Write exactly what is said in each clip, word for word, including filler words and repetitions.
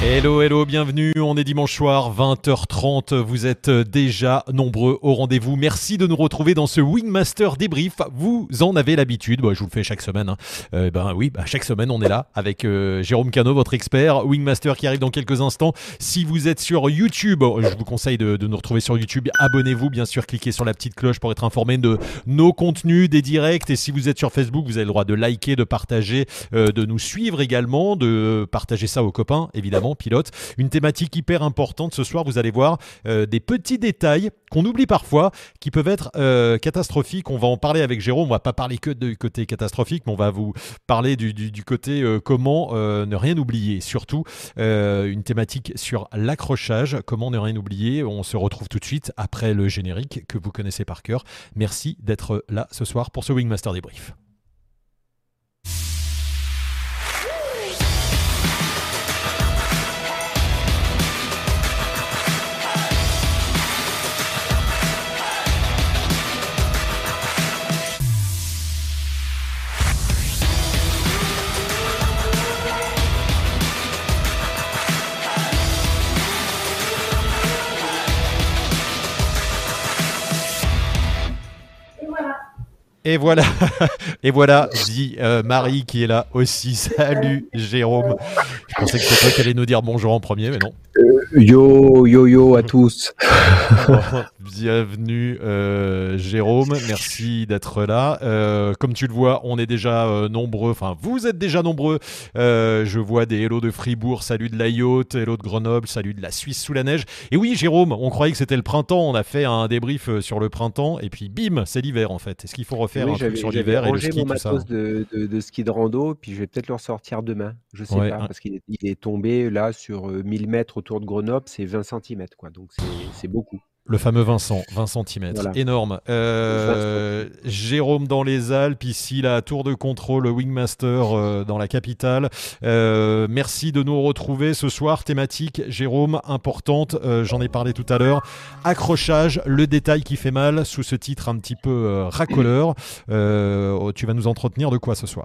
Hello, hello, bienvenue, on est dimanche soir, vingt heures trente, vous êtes déjà nombreux au rendez-vous. Merci de nous retrouver dans ce Wingmaster débrief, vous en avez l'habitude, bon, je vous le fais chaque semaine. Hein. Euh, ben oui, ben, chaque semaine on est là avec euh, Jérôme Cano, votre expert, Wingmaster qui arrive dans quelques instants. Si vous êtes sur YouTube, je vous conseille de, de nous retrouver sur YouTube, abonnez-vous, bien sûr, cliquez sur la petite cloche pour être informé de nos contenus, des directs. Et si vous êtes sur Facebook, vous avez le droit de liker, de partager, euh, de nous suivre également, de partager ça aux copains, évidemment. Pilote, une thématique hyper importante ce soir, vous allez voir euh, des petits détails qu'on oublie parfois, qui peuvent être euh, catastrophiques. On va en parler avec Jérôme, on va pas parler que du côté catastrophique, mais on va vous parler du, du, du côté euh, comment euh, ne rien oublier, surtout euh, une thématique sur l'accrochage, comment ne rien oublier. On se retrouve tout de suite après le générique que vous connaissez par cœur. Merci d'être là ce soir pour ce Wingmaster débrief. Et voilà, et voilà, dit euh, Marie qui est là aussi. Salut Jérôme. Je pensais que c'était toi qui allais nous dire bonjour en premier, mais non. Euh, yo, yo, yo à tous. Bienvenue euh, Jérôme, merci d'être là. Euh, comme tu le vois, on est déjà euh, nombreux, enfin vous êtes déjà nombreux. Euh, je vois des hello de Fribourg, salut de la Yacht, hello de Grenoble, salut de la Suisse sous la neige. Et oui Jérôme, on croyait que c'était le printemps, on a fait un débrief sur le printemps et puis bim, c'est l'hiver en fait. Est-ce qu'il faut refaire oui, un truc sur l'hiver et le ski, mon tout ça matos de, de, de ski de rando, puis je vais peut-être le ressortir demain. Je sais ouais, pas, hein. parce qu'il est, il est tombé là sur mille mètres autour de Grenoble, c'est vingt centimètres, quoi. Donc c'est, c'est beaucoup. Le fameux Vincent, vingt centimètres, voilà. Énorme. Euh, Jérôme dans les Alpes, ici la tour de contrôle Wingmaster euh, dans la capitale. Euh, merci de nous retrouver ce soir. Thématique, Jérôme, importante, euh, j'en ai parlé tout à l'heure. Accrochage, le détail qui fait mal, sous ce titre un petit peu euh, racoleur. Euh, tu vas nous entretenir de quoi ce soir ?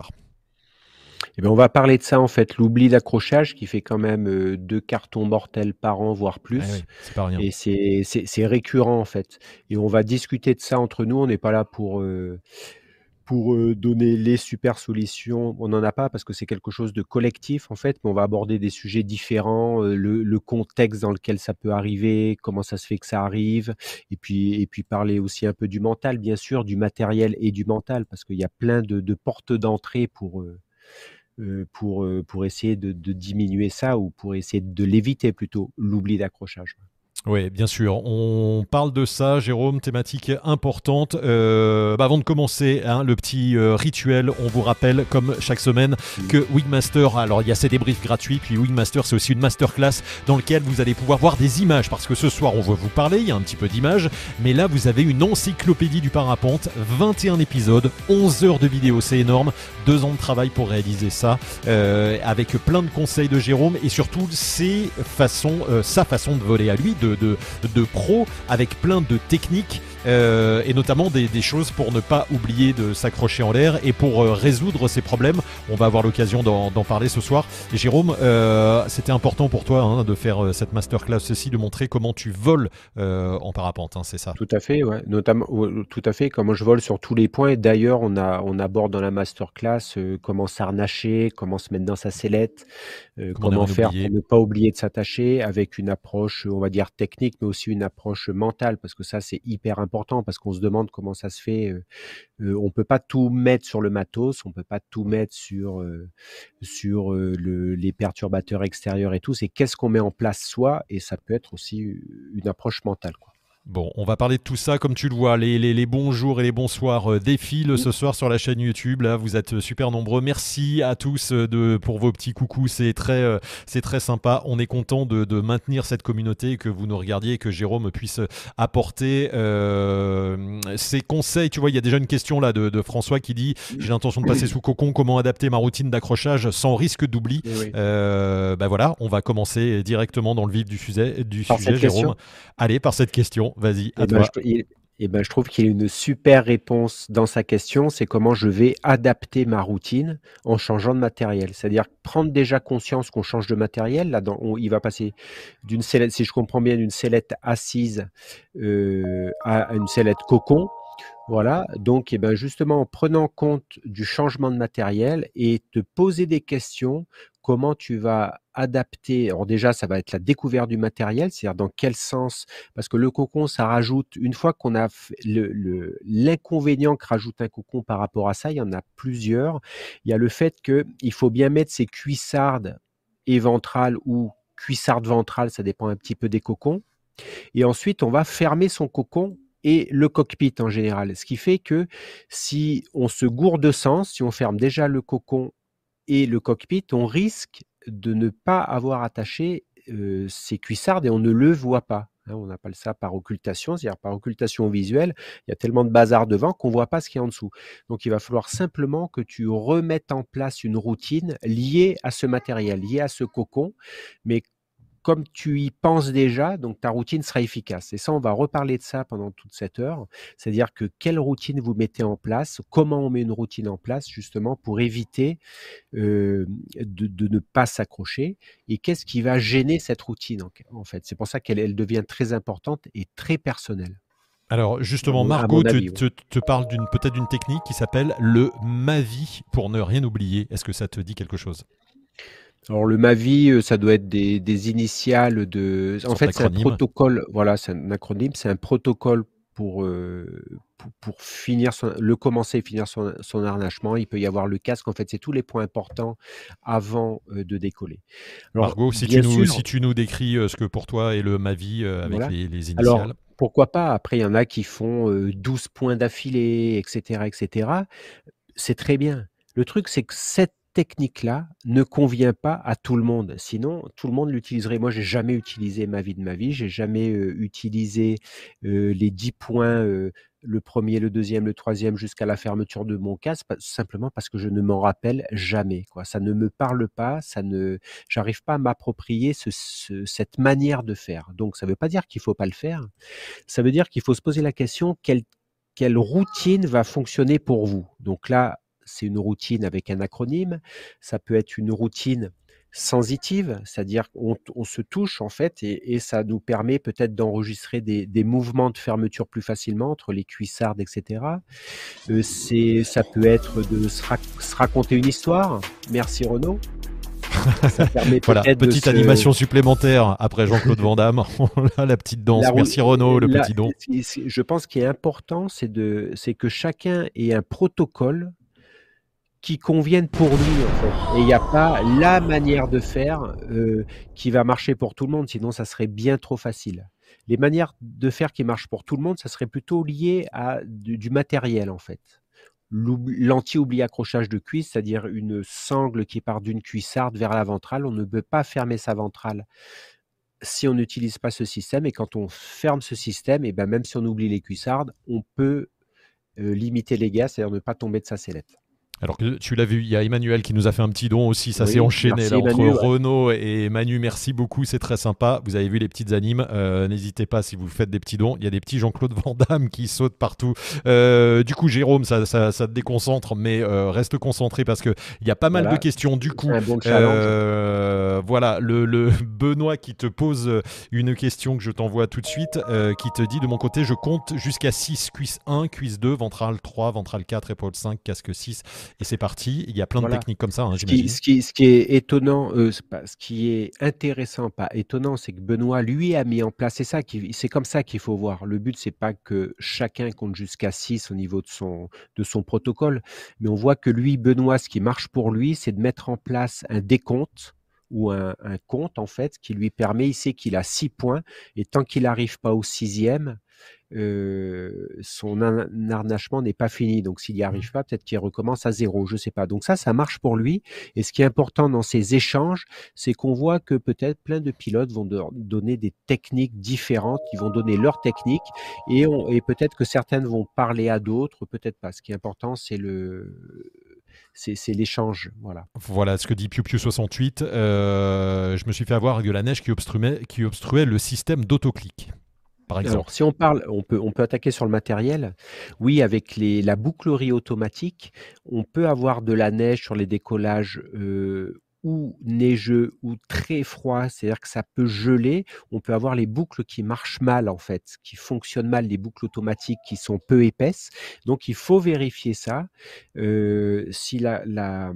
Eh bien, on va parler de ça en fait, l'oubli d'accrochage qui fait quand même euh, deux cartons mortels par an, voire plus. Ah oui, c'est pas rien. Et c'est, c'est, c'est récurrent en fait. Et on va discuter de ça entre nous. On n'est pas là pour, euh, pour euh, donner les super solutions. On n'en a pas parce que c'est quelque chose de collectif en fait. Mais on va aborder des sujets différents, euh, le, le contexte dans lequel ça peut arriver, comment ça se fait que ça arrive. Et puis, et puis parler aussi un peu du mental, bien sûr, du matériel et du mental parce qu'il y a plein de, de portes d'entrée pour... Euh, Euh, pour, euh, pour essayer de, de diminuer ça ou pour essayer de l'éviter plutôt, l'oubli d'accrochage. Oui, bien sûr. On parle de ça, Jérôme, thématique importante. Euh, bah avant de commencer, hein, le petit euh, rituel, on vous rappelle, comme chaque semaine, mmh. que Wingmaster, alors il y a ces débriefs gratuits, puis Wingmaster, c'est aussi une masterclass dans laquelle vous allez pouvoir voir des images, parce que ce soir, on va vous parler, il y a un petit peu d'images, mais là, vous avez une encyclopédie du parapente, vingt et un épisodes, onze heures de vidéo, c'est énorme, deux ans de travail pour réaliser ça, euh, avec plein de conseils de Jérôme, et surtout, ses façons, euh, sa façon de voler à lui, de De, de pro avec plein de techniques euh, et notamment des, des choses pour ne pas oublier de s'accrocher en l'air et pour euh, résoudre ces problèmes. On va avoir l'occasion d'en, d'en parler ce soir. Et Jérôme, euh, c'était important pour toi hein, de faire euh, cette masterclass aussi, de montrer comment tu voles euh, en parapente, hein, c'est ça? Tout à fait, ouais. Notamment, tout à fait, comment je vole sur tous les points. Et d'ailleurs, on, a, on aborde dans la masterclass euh, comment s'harnacher, comment se mettre dans sa sellette, euh, comment, comment faire oublier. Pour ne pas oublier de s'attacher avec une approche, on va dire, technique, mais aussi une approche mentale, parce que ça, c'est hyper important, parce qu'on se demande comment ça se fait. Euh, euh, on peut pas tout mettre sur le matos, on peut pas tout mettre sur, euh, sur euh, le, les perturbateurs extérieurs et tout. C'est qu'est-ce qu'on met en place soi, et ça peut être aussi une approche mentale, quoi. Bon, on va parler de tout ça, comme tu le vois, les, les, les bonjours et les bonsoirs euh, défilent oui. ce soir sur la chaîne YouTube. Là, vous êtes super nombreux. Merci à tous euh, de, pour vos petits coucous, c'est très, euh, c'est très sympa. On est content de, de maintenir cette communauté, que vous nous regardiez et que Jérôme puisse apporter euh, ses conseils. Tu vois, il y a déjà une question là de, de François qui dit « J'ai l'intention de passer sous cocon, comment adapter ma routine d'accrochage sans risque d'oubli oui. ?» euh, Ben voilà, on va commencer directement dans le vif du sujet, du sujet Jérôme. Allez, par cette question. Vas-y, à eh toi. ben, je, il, Et ben, je trouve qu'il y a une super réponse dans sa question, c'est comment je vais adapter ma routine en changeant de matériel. C'est-à-dire prendre déjà conscience qu'on change de matériel. Là, dans, on- il va passer d'une sellette, si je comprends bien, d'une sellette assise euh, à, à une sellette cocon. Voilà, donc eh ben, justement en prenant compte du changement de matériel et te poser des questions, comment tu vas adapter. Alors déjà, ça va être la découverte du matériel, c'est-à-dire dans quel sens, parce que le cocon, ça rajoute, une fois qu'on a fait le, le- l'inconvénient que rajoute un cocon par rapport à ça, il y en a plusieurs. Il y a le fait qu'il faut bien mettre ses cuissardes et ventrales ou cuissardes ventrales, ça dépend un petit peu des cocons. Et ensuite, on va fermer son cocon et le cockpit en général. Ce qui fait que si on se gourde de sens, si on ferme déjà le cocon et le cockpit, on risque de ne pas avoir attaché euh, ses cuissardes et on ne le voit pas. Hein, on appelle ça par occultation, c'est-à-dire par occultation visuelle. Il y a tellement de bazar devant qu'on ne voit pas ce qu'il y a en dessous. Donc il va falloir simplement que tu remettes en place une routine liée à ce matériel, liée à ce cocon, mais comme tu y penses déjà, donc ta routine sera efficace. Et ça, on va reparler de ça pendant toute cette heure. C'est-à-dire que quelle routine vous mettez en place, comment on met une routine en place justement pour éviter euh, de, de ne pas s'accrocher et qu'est-ce qui va gêner cette routine en, en fait. C'est pour ça qu'elle elle devient très importante et très personnelle, Alors à justement, mon, à Margot mon te, avis. Ouais. te, te parle d'une, peut-être d'une technique qui s'appelle le Mavi pour ne rien oublier. Est-ce que ça te dit quelque chose? Alors le Mavi, euh, ça doit être des, des initiales de. Une En sorte fait, c'est un d'acronyme. protocole. Voilà, c'est un acronyme. C'est un protocole pour, euh, pour, pour finir son, le commencer et finir son, son harnachement. Il peut y avoir le casque. En fait, c'est tous les points importants avant euh, de décoller. Alors, Margot, si tu bien nous, sûr, si tu nous décris euh, ce que pour toi est le Mavi euh, avec voilà. les, les Alors, initiales. pourquoi pas? Après, il y en a qui font euh, douze points d'affilée, et cetera, et cetera. C'est très bien. Le truc, c'est que cette technique-là ne convient pas à tout le monde. Sinon, tout le monde l'utiliserait. Moi, j'ai jamais utilisé ma vie de ma vie. J'ai jamais euh, utilisé euh, les dix points, euh, le premier, le deuxième, le troisième, jusqu'à la fermeture de mon casque, pa- simplement parce que je ne m'en rappelle jamais, quoi. Ça ne me parle pas, ça ne, j'arrive pas à m'approprier ce- ce- cette manière de faire. Donc, ça ne veut pas dire qu'il faut pas le faire. Ça veut dire qu'il faut se poser la question, quelle, quelle routine va fonctionner pour vous? Donc là, c'est une routine avec un acronyme. Ça peut être une routine sensitive, c'est-à-dire qu'on on se touche en fait et, et ça nous permet peut-être d'enregistrer des, des mouvements de fermeture plus facilement entre les cuissardes, et cetera. Euh, c'est, ça peut être de se, rac- se raconter une histoire. Merci Renaud. Ça permet Voilà, peut-être de petite se, animation supplémentaire après Jean-Claude Van Damme. Là, la petite La danse. rou Merci Renaud, le là, petit don. c'est c'est je pense qu'il est important, c'est de c'est que chacun ait un protocole qui convienne pour lui, en fait. Et il y a pas la manière de faire, heu, qui va marcher pour tout le monde, sinon ça serait bien trop facile. Les manières de faire qui marchent pour tout le monde, ça serait plutôt lié à du du matériel, en fait. L'oub L'anti-oubli accrochage de cuisse, c'est-à-dire une sangle qui part d'une cuissarde vers la ventrale. On ne peut pas fermer sa ventrale si on n'utilise pas ce système et quand on ferme ce système et ben, même si on oublie les cuissardes, on peut, heu, limiter les gaz, c'est-à-dire ne pas tomber de sa sellette. Alors que tu l'as vu, il y a Emmanuel qui nous a fait un petit don aussi. Ça s'est Oui, enchaîné merci là entre Manu, ouais. Renaud et Manu. Merci beaucoup, c'est très sympa. Vous avez vu les petites animes. Euh, N'hésitez pas si vous faites des petits dons. Il y a des petits Jean-Claude Van Damme qui sautent partout. Euh, du coup, Jérôme, ça, ça, ça te déconcentre, mais euh, reste concentré parce qu'il y a pas mal de Voilà, questions. Du c'est coup, un bon challenge. euh, voilà, le, le Benoît qui te pose une question que je t'envoie tout de suite, euh, qui te dit de mon côté, je compte jusqu'à six. Cuisse un, cuisse deux, ventrale trois, ventrale quatre, épaule cinq, casque six. Et c'est parti. Il y a plein de Voilà. techniques comme ça, hein, Ce qui j'imagine. ce qui ce qui est étonnant, heu, c'est pas ce qui est intéressant, pas étonnant, c'est que Benoît, lui, a mis en place c'est ça qui c'est comme ça qu'il faut voir. Le but, c'est pas que chacun compte jusqu'à six au niveau de son de son protocole, mais on voit que lui, Benoît, ce qui marche pour lui, c'est de mettre en place un décompte ou un un compte, en fait, qui lui permet il sait qu'il a six points et tant qu'il n'arrive pas au sixième, heu, son har harnachement n'est pas fini. Donc s'il n'y arrive pas, peut-être qu'il recommence à zéro, je ne sais pas. Donc ça, ça marche pour lui et ce qui est important dans ces échanges, c'est qu'on voit que peut-être plein de pilotes vont dor donner des techniques différentes, qui vont donner leur technique et on et peut-être que certaines vont parler à d'autres, peut-être pas. Ce qui est important, c'est le c'est c'est l'échange, voilà. Voilà ce que dit PewPew soixante-huit. Euh, je me suis fait avoir avec de la neige qui obstruait, qui obstruait le système d'autoclic. par Alors, exemple. si on parle, on peut, on peut attaquer sur le matériel. Oui, avec les, la bouclerie automatique, on peut avoir de la neige sur les décollages euh, ou neigeux ou très froid, c'est-à-dire que ça peut geler. On peut avoir les boucles qui marchent mal, en fait, qui fonctionnent mal, les boucles automatiques qui sont peu épaisses. Donc, il faut vérifier ça. Euh, si la, la,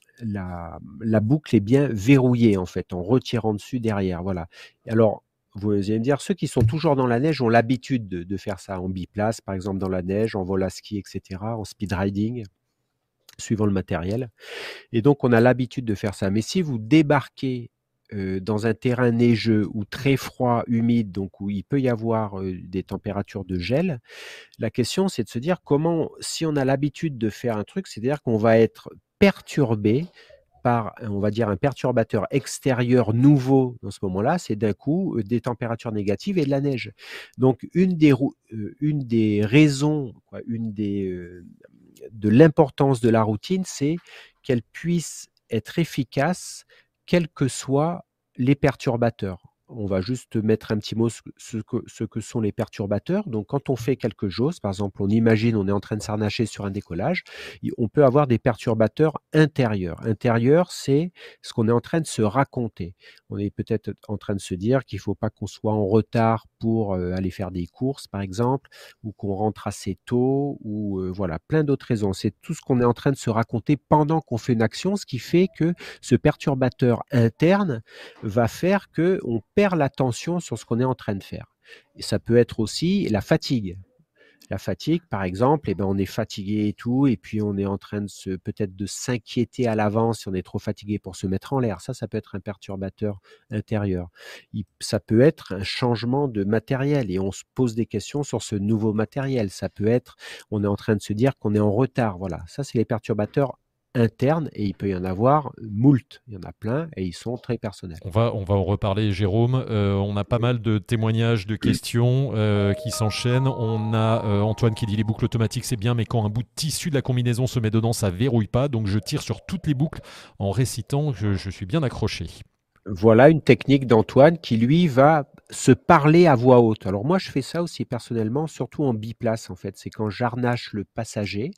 la, la boucle est bien verrouillée, en fait, en retirant dessus derrière. Voilà. Alors, vous allez me dire, ceux qui sont toujours dans la neige ont l'habitude de, de faire ça en biplace, par exemple dans la neige, en vol à ski, et cetera, en speed riding, suivant le matériel. Et donc, on a l'habitude de faire ça. Mais si vous débarquez euh, dans un terrain neigeux ou très froid, humide, donc où il peut y avoir euh, des températures de gel, la question, c'est de se dire comment, si on a l'habitude de faire un truc, c'est-à-dire qu'on va être perturbé par, on va dire, un perturbateur extérieur nouveau dans ce moment-là, c'est d'un coup euh, des températures négatives et de la neige. Donc, une des, rou- euh, une des raisons, quoi, une des, euh, de l'importance de la routine, c'est qu'elle puisse être efficace, quels que soient les perturbateurs. On va juste mettre un petit mot sur ce que, ce que sont les perturbateurs. Donc, quand on fait quelque chose, par exemple, on imagine on est en train de s'harnacher sur un décollage, on peut avoir des perturbateurs intérieurs. Intérieurs, c'est ce qu'on est en train de se raconter. On est peut-être en train de se dire qu'il ne faut pas qu'on soit en retard pour euh, aller faire des courses, par exemple, ou qu'on rentre assez tôt, ou euh, voilà, plein d'autres raisons. C'est tout ce qu'on est en train de se raconter pendant qu'on fait une action, ce qui fait que ce perturbateur interne va faire qu'on perd l'attention sur ce qu'on est en train de faire. Et ça peut être aussi la fatigue. La fatigue, par exemple, eh ben, on est fatigué et tout, et puis on est en train de se, peut-être de s'inquiéter à l'avance si on est trop fatigué pour se mettre en l'air. Ça, ça peut être un perturbateur intérieur. Il, ça peut être un changement de matériel et on se pose des questions sur ce nouveau matériel. Ça peut être, on est en train de se dire qu'on est en retard. Voilà. Ça, c'est les perturbateurs internes et il peut y en avoir moult. Il y en a plein et ils sont très personnels. On va, on va en reparler, Jérôme. Euh, on a pas mal de témoignages, de questions euh, qui s'enchaînent. On a euh, Antoine qui dit les boucles automatiques, c'est bien, mais quand un bout de tissu de la combinaison se met dedans, ça verrouille pas. Donc je tire sur toutes les boucles en récitant, je, je suis bien accroché. Voilà une technique d'Antoine qui, lui, va se parler à voix haute. Alors moi, je fais ça aussi personnellement, surtout en biplace, en fait. C'est quand j'harnache le passager,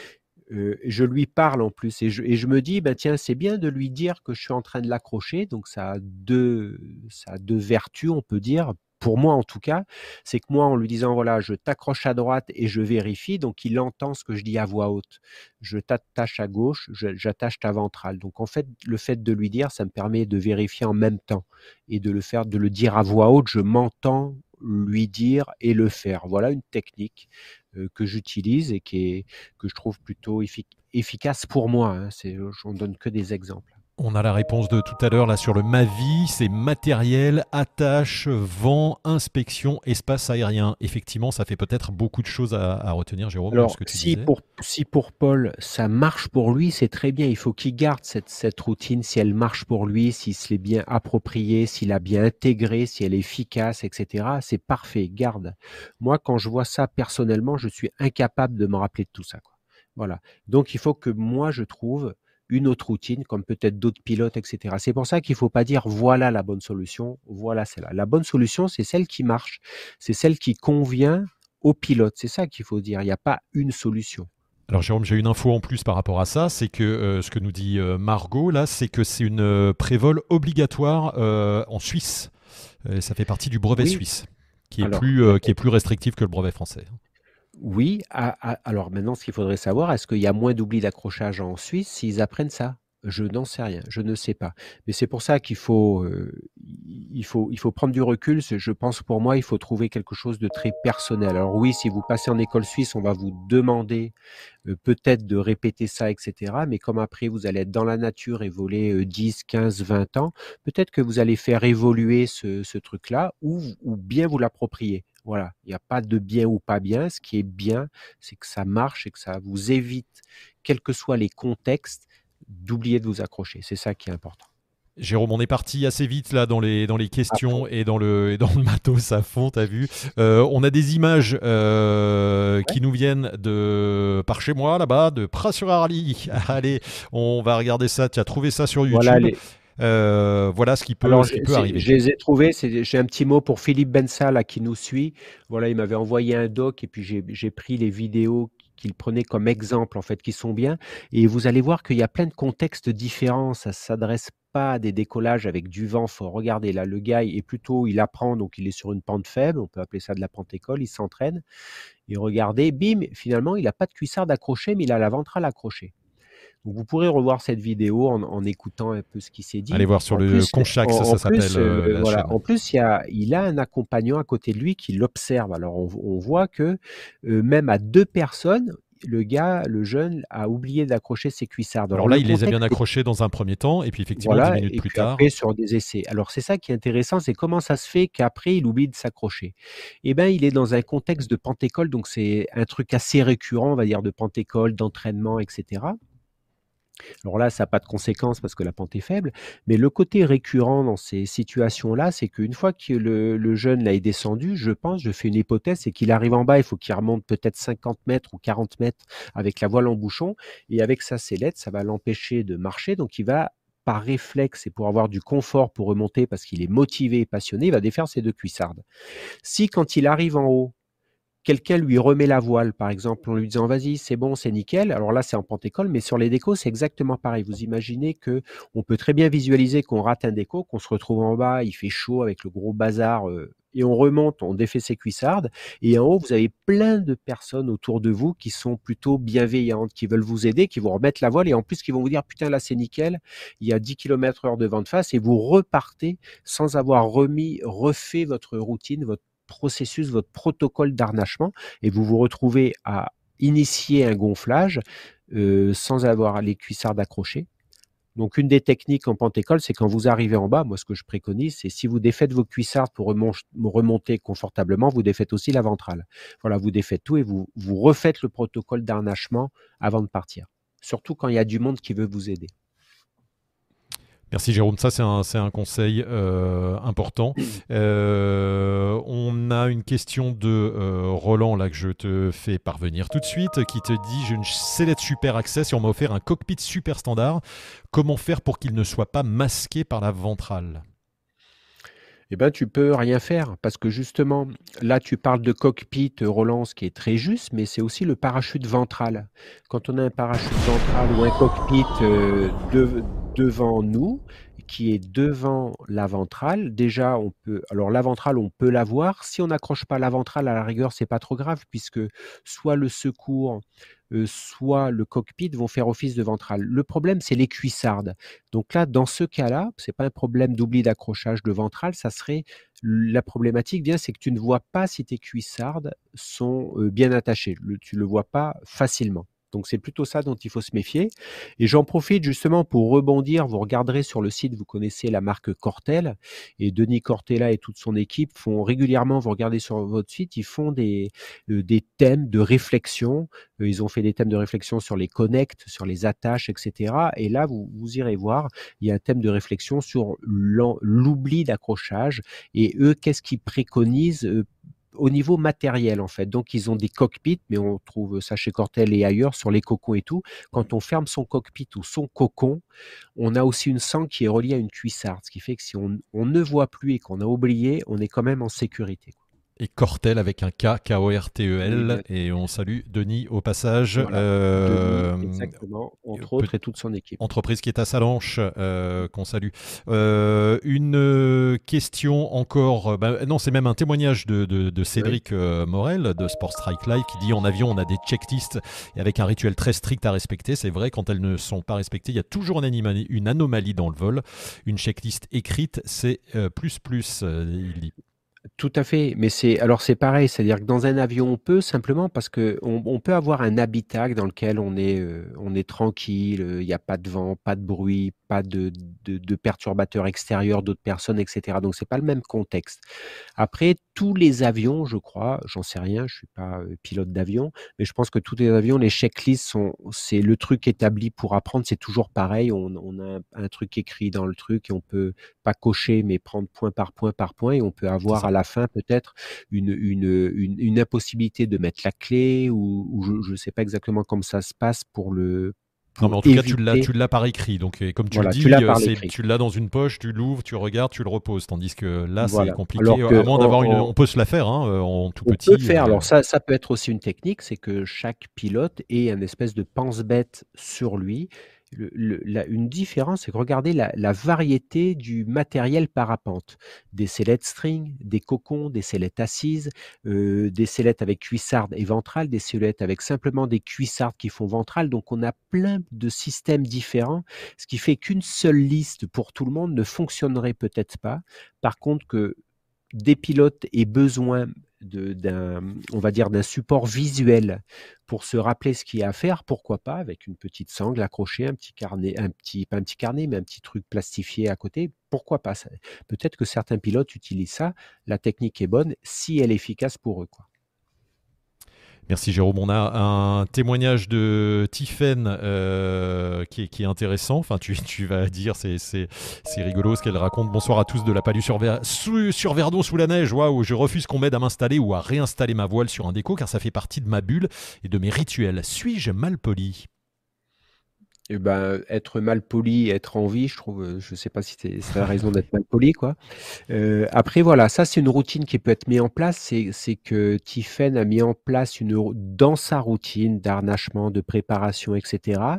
euh, je lui parle en plus et je, et je me dis, bah, tiens, c'est bien de lui dire que je suis en train de l'accrocher. Donc ça a deux, ça a deux vertus, on peut dire. Pour moi, en tout cas, c'est que moi, en lui disant, voilà, je t'accroche à droite et je vérifie, donc il entend ce que je dis à voix haute. Je t'attache à gauche, je- j'attache ta ventrale. Donc en fait, le fait de lui dire, ça me permet de vérifier en même temps et de le faire, de le dire à voix haute, je m'entends lui dire et le faire. Voilà une technique euh, que j'utilise et qui est, que je trouve plutôt effic- efficace pour moi. Hein. C'est, j'en donne que des exemples. On a la réponse de tout à l'heure là sur le Mavi, c'est matériel, attache, vent, inspection, espace aérien. Effectivement, ça fait peut-être beaucoup de choses à, à retenir, Jérôme, de ce Alors, que tu si disais. pour, si pour Paul, ça marche pour lui, c'est très bien. Il faut qu'il garde cette, cette routine, si elle marche pour lui, s'il se l'est bien appropriée, s'il a bien intégré, si elle est efficace, et cetera. C'est parfait, garde. Moi, quand je vois ça personnellement, je suis incapable de me rappeler de tout ça, quoi. Voilà. Donc, il faut que moi, je trouve une autre routine, comme peut-être d'autres pilotes, et cetera. C'est pour ça qu'il ne faut pas dire voilà la bonne solution, voilà celle-là. La bonne solution, c'est celle qui marche, c'est celle qui convient au pilote. C'est ça qu'il faut dire. Il n'y a pas une solution. Alors Jérôme, j'ai une info en plus par rapport à ça, c'est que euh, ce que nous dit euh, Margot là, c'est que c'est une euh, prévol obligatoire euh, en Suisse. Euh, ça fait partie du brevet Oui, suisse, qui est alors, plus, euh, qui est plus restrictif que le brevet français. oui. à- à- alors maintenant, ce qu'il faudrait savoir, est-ce qu'il y a moins d'oubli d'accrochage en Suisse s'ils apprennent ça? Je n'en sais rien, je ne sais pas. Mais c'est pour ça qu'il faut, euh, il faut, il faut prendre du recul. C'est- Je pense pour moi, il faut trouver quelque chose de très personnel. Alors oui, si vous passez en école suisse, on va vous demander euh, peut-être de répéter ça, et cetera. Mais comme après, vous allez être dans la nature et voler euh, dix, quinze, vingt ans, peut-être que vous allez faire évoluer ce, ce truc-là ou, ou bien vous l'approprier. Voilà, il n'y a pas de bien ou pas bien. Ce qui est bien, c'est que ça marche et que ça vous évite, quels que soient les contextes, d'oublier de vous accrocher. C'est ça qui est important. Jérôme, on est parti assez vite là dans les, dans les À fond. questions et dans le, et dans le matos à fond, t'as vu. Euh, on a des images euh, Ouais. qui nous viennent de par chez moi là-bas, de Pras-sur-Arly. Allez, on va regarder ça. Tu as trouvé ça sur Voilà YouTube. les, Euh, voilà ce qui peut, Alors, ce je, qui peut c'est- arriver. je les ai trouvés. c'est- J'ai un petit mot pour Philippe Bensa là, qui nous suit. Voilà, il m'avait envoyé un doc et puis j'ai j'ai pris les vidéos qu'il prenait comme exemple, en fait, qui sont bien. Et vous allez voir qu'il y a plein de contextes différents. Ça ne s'adresse pas à des décollages avec du vent fort. Regardez, là, le gars est plutôt, il apprend, donc il est sur une pente faible. On peut appeler ça de la pente école. Il s'entraîne. Et regardez, bim, finalement, il n'a pas de cuissard accroché, mais il a la ventrale accrochée. Donc vous pourrez revoir cette vidéo en, en écoutant un peu ce qui s'est Allez dit. voir sur En le plus, en, Conchax, en ça s'appelle plus, euh, euh, la voilà, chaîne. en plus, il y a, il a un accompagnant à côté de lui qui l'observe. Alors on, on voit que euh, même à deux personnes, le gars, le jeune, a oublié d'accrocher ses cuissardes. Alors Alors là, le il les a bien contexte est accrochés dans un premier temps, et puis effectivement, dix voilà, minutes et plus puis après tard, sur des essais. Alors c'est ça qui est intéressant, c'est comment ça se fait qu'après il oublie de s'accrocher. Eh ben, il est dans un contexte de pentécole, donc c'est un truc assez récurrent, on va dire, de pentécole, d'entraînement, et cetera. Alors là, ça n'a pas de conséquences parce que la pente est faible, mais le côté récurrent dans ces situations-là, c'est qu'une fois que le, le jeune là est descendu, je pense, je fais une hypothèse, c'est qu'il arrive en bas, il faut qu'il remonte peut-être cinquante mètres ou quarante mètres avec la voile en bouchon, et avec sa sellette, ça va l'empêcher de marcher, donc il va par réflexe et pour avoir du confort pour remonter parce qu'il est motivé et passionné, il va défaire ses deux cuissardes. Si quand il arrive en haut, quelqu'un lui remet la voile, par exemple, en lui disant vas-y, c'est bon, c'est nickel. Alors là, c'est en pente-école, mais sur les décos, c'est exactement pareil. Vous imaginez que on peut très bien visualiser qu'on rate un déco, qu'on se retrouve en bas, il fait chaud avec le gros bazar, euh, et on remonte, on défait ses cuissardes. Et en haut, vous avez plein de personnes autour de vous qui sont plutôt bienveillantes, qui veulent vous aider, qui vont remettre la voile et en plus qui vont vous dire putain, là, c'est nickel, il y a dix kilomètres heure de vent de face et vous repartez sans avoir remis, refait votre routine, votre processus, votre protocole d'harnachement, et vous vous retrouvez à initier un gonflage euh, sans avoir les cuissards accrochés. Donc, une des techniques en pente-école, c'est quand vous arrivez en bas, moi, ce que je préconise, c'est si vous défaites vos cuissards pour remonter confortablement, vous défaites aussi la ventrale. Voilà, vous défaites tout et vous, vous refaites le protocole d'harnachement avant de partir. Surtout quand il y a du monde qui veut vous aider. merci Jérôme, ça c'est un, c'est un conseil euh, important. Euh, on a une question de euh, Roland là que je te fais parvenir tout de suite, qui te dit j'ai une sellette Super Access et on m'a offert un cockpit super standard. Comment faire pour qu'il ne soit pas masqué par la ventrale? Eh ben, tu peux rien faire parce que justement, là, tu parles de cockpit, euh, Roland, ce qui est très juste, mais c'est aussi le parachute ventral. Quand on a un parachute ventral ou un cockpit euh, de- devant nous, qui est devant la ventrale, déjà, on peut. Alors, la ventrale, on peut la voir. Si on n'accroche pas la ventrale, à la rigueur, c'est pas trop grave puisque soit le secours, euh, soit le cockpit vont faire office de ventrale. Le problème, c'est les cuissardes. Donc là, dans ce cas-là, c'est pas un problème d'oubli d'accrochage de ventral, ça serait la problématique vient, c'est que tu ne vois pas si tes cuissardes sont euh, bien attachées. Le, tu le vois pas facilement. Donc c'est plutôt ça dont il faut se méfier. Et j'en profite justement pour rebondir. Vous regarderez sur le site, vous connaissez la marque Cortel. Et Denis Cortella et toute son équipe font régulièrement, vous regardez sur votre site, ils font des, euh, des thèmes de réflexion. Euh, ils ont fait des thèmes de réflexion sur les connects, sur les attaches, et cetera. Et là, vous, vous irez voir, il y a un thème de réflexion sur l'oubli d'accrochage et eux, qu'est-ce qu'ils préconisent euh, au niveau matériel en fait. Donc ils ont des cockpits, mais on trouve ça chez Cortel et ailleurs sur les cocons et tout. Quand on ferme son cockpit ou son cocon, on a aussi une sangle qui est reliée à une cuissarde, ce qui fait que si on, on ne voit plus et qu'on a oublié, on est quand même en sécurité. Et Cortel avec un K, K O R T E L, Exact. et on salue Denis au passage. Voilà, Denis, Euh, exactement, entre autres, et toute son équipe. Entreprise qui est à Salanches, euh, qu'on salue. Euh, une question encore, bah, non, c'est même un témoignage de, de, de Cédric Oui. euh, Morel de Sport Strike Live qui dit en avion on a des checklists et avec un rituel très strict à respecter. C'est vrai, quand elles ne sont pas respectées, il y a toujours une, anima- une anomalie dans le vol. Une checklist écrite, c'est euh, plus plus, euh, il dit. Tout à fait, mais c'est alors c'est pareil, c'est-à-dire que dans un avion, on peut simplement parce que on, on peut avoir un habitat dans lequel on est, euh, on est tranquille, euh, il n'y a pas de vent, pas de bruit, pas de, de, de perturbateurs extérieurs d'autres personnes, et cetera. Donc c'est pas le même contexte. Après, tous les avions, je crois, j'en sais rien, je suis pas euh, pilote d'avion, mais je pense que tous les avions, les checklists sont, c'est le truc établi pour apprendre, c'est toujours pareil. On, on a un, un truc écrit dans le truc et on peut pas cocher, mais prendre point par point par point et on peut C'est avoir ça. à la fin peut-être une, une, une, une impossibilité de mettre la clé ou, ou je ne sais pas exactement comment ça se passe pour le Non, mais pour en tout cas, tu l'as, éviter. tu l'as par écrit. Donc, et comme tu le Voilà, tu l'as dis, euh, par c'est, l'écrit. tu l'as dans une poche, tu l'ouvres, tu regardes, tu le reposes. Tandis que là, c'est Voilà. compliqué. Alors À que moins en, d'avoir une, en- on peut se la faire hein, euh, en tout on peut petit. faire, Et, euh, alors ça, ça peut être aussi une technique, c'est que chaque pilote ait un espèce de pense-bête sur lui. Le- le- la- une différence, c'est que regardez la, la variété du matériel parapente. Des sellettes string, des cocons, des sellettes assises, euh, des sellettes avec cuissardes et ventrales, des sellettes avec simplement des cuissardes qui font ventrale. Donc on a plein de systèmes différents, ce qui fait qu'une seule liste pour tout le monde ne fonctionnerait peut-être pas. Par contre, que des pilotes aient besoin de, d'un, on va dire, d'un support visuel pour se rappeler ce qu'il y a à faire, pourquoi pas, avec une petite sangle accrochée, un petit carnet, un petit, pas un petit carnet, mais un petit truc plastifié à côté, pourquoi pas ça. Peut-être que certains pilotes utilisent ça, la technique est bonne, si elle est efficace pour eux, quoi. Merci Jérôme. On a un témoignage de Tiffaine euh, qui, est, qui est intéressant. Enfin, tu, tu vas dire, c'est, c'est, c'est rigolo ce qu'elle raconte. Bonsoir à tous de la Palue sur, Ver- sous- sur Verdon sous la neige. Waouh, je refuse qu'on m'aide à m'installer ou à réinstaller ma voile sur un déco car ça fait partie de ma bulle et de mes rituels. Suis-je mal poli? Eh ben, être mal poli, être en vie, je trouve, euh, je sais pas si c'est c'est la raison d'être mal poli, quoi. Euh, après, voilà, ça, c'est une routine qui peut être mise en place. C'est, c'est que Tiffen a mis en place une, rou- dans sa routine d'harnachement, de préparation, et cetera,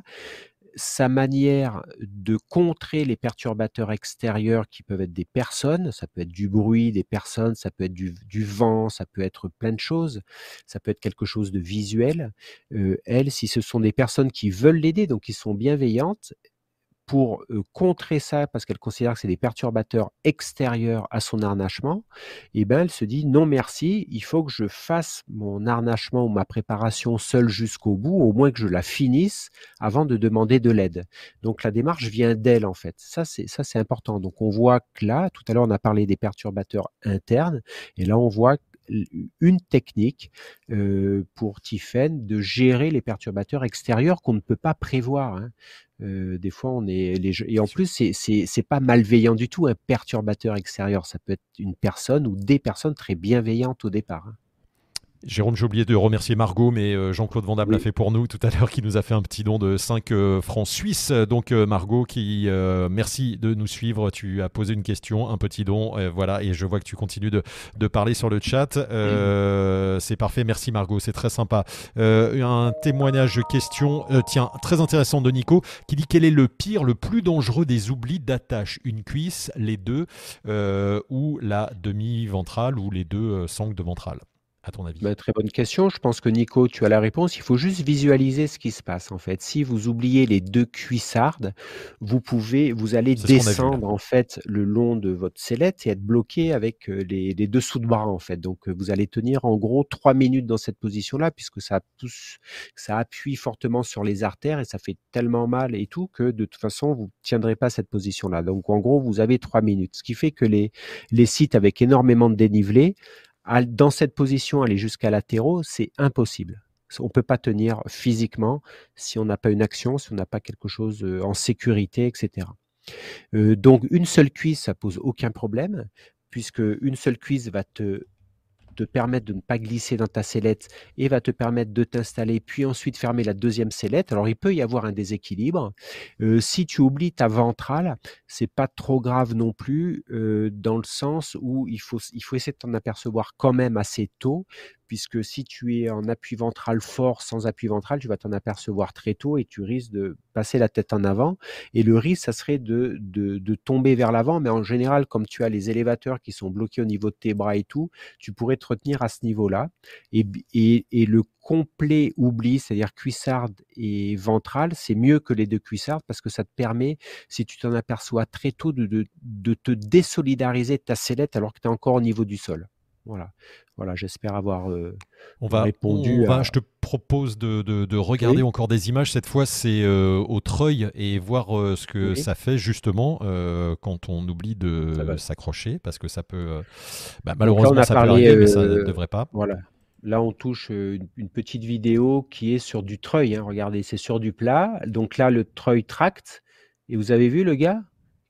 sa manière de contrer les perturbateurs extérieurs qui peuvent être des personnes, ça peut être du bruit, des personnes, ça peut être du, du vent, ça peut être plein de choses, ça peut être quelque chose de visuel. Euh, elle, si ce sont des personnes qui veulent l'aider, donc qui sont bienveillantes, pour euh, contrer ça, parce qu'elle considère que c'est des perturbateurs extérieurs à son harnachement, et ben elle se dit non merci, il faut que je fasse mon harnachement ou ma préparation seule jusqu'au bout, au moins que je la finisse avant de demander de l'aide. Donc la démarche vient d'elle en fait. Ça c'est ça c'est important. Donc on voit que là, tout à l'heure on a parlé des perturbateurs internes, et là on voit une technique euh, pour Tiffen de gérer les perturbateurs extérieurs qu'on ne peut pas prévoir, hein. Euh, des fois, on est les jeux- et en plus, c'est c'est c'est pas malveillant du tout, un perturbateur extérieur. Ça peut être une personne ou des personnes très bienveillantes au départ, hein. Jérôme, j'ai oublié de remercier Margot, mais euh, Jean-Claude Van Damme l'a Oui, fait pour nous tout à l'heure, qui nous a fait un petit don de cinq euh, francs suisses. Donc euh, Margot, qui euh, merci de nous suivre. Tu as posé une question, un petit don, euh, voilà, et je vois que tu continues de, de parler sur le chat. Euh, c'est parfait, merci Margot, c'est très sympa. Euh, un témoignage, question, euh, tiens, très intéressant de Nico, qui dit quel est le pire, le plus dangereux des oublis d'attache, une cuisse, les deux, euh, ou la demi-ventrale, ou les deux euh, sangles de ventrale, à ton avis? bah, très bonne question. Je pense que Nico, tu as la réponse. Il faut juste visualiser ce qui se passe en fait. Si vous oubliez les deux cuissardes, vous pouvez, vous allez C'est ce qu'on a vu là. descendre en fait le long de votre sellette et être bloqué avec euh, les, les dessous de bras en fait. Donc euh, vous allez tenir en gros trois minutes dans cette position-là puisque ça pousse, ça appuie fortement sur les artères et ça fait tellement mal et tout que de toute façon vous ne tiendrez pas cette position-là. Donc en gros vous avez trois minutes. Ce qui fait que les les sites avec énormément de dénivelé, à- dans cette position, aller jusqu'à latéraux, c'est impossible. On ne peut pas tenir physiquement si on n'a pas une action, si on n'a pas quelque chose euh, en sécurité, et cetera. Euh, donc une seule cuisse, ça pose aucun problème, puisque une seule cuisse va te te permettre de ne pas glisser dans ta sellette et va te permettre de t'installer, puis ensuite fermer la deuxième sellette. Alors, il peut y avoir un déséquilibre. Euh, si tu oublies ta ventrale, c'est pas trop grave non plus, euh, dans le sens où il faut, il faut essayer de t'en apercevoir quand même assez tôt, puisque si tu es en appui ventral fort sans appui ventral, tu vas t'en apercevoir très tôt et tu risques de passer la tête en avant. Et le risque, ça serait de, de, de tomber vers l'avant. Mais en général, comme tu as les élévateurs qui sont bloqués au niveau de tes bras et tout, tu pourrais te retenir à ce niveau-là. Et, et, et le complet oubli, c'est-à-dire cuissarde et ventrale, c'est mieux que les deux cuissardes parce que ça te permet, si tu t'en aperçois très tôt, de, de, de te désolidariser de ta sellette alors que tu es encore au niveau du sol. Voilà, voilà, j'espère avoir euh, On va, on répondu va, à... je te propose de, de- de regarder Oui, encore des images. Cette fois, c'est euh, au treuil et voir euh, ce que oui, ça fait justement euh, quand on oublie ça de va. s'accrocher, parce que ça peut, euh, bah, Donc là, on malheureusement, a ça peut parlé, arriver, mais ça ne euh, devrait pas. voilà. Là, on touche euh, une, une petite vidéo qui est sur du treuil, hein. Regardez, c'est sur du plat. Donc là, le treuil tracte. Et vous avez vu le gars?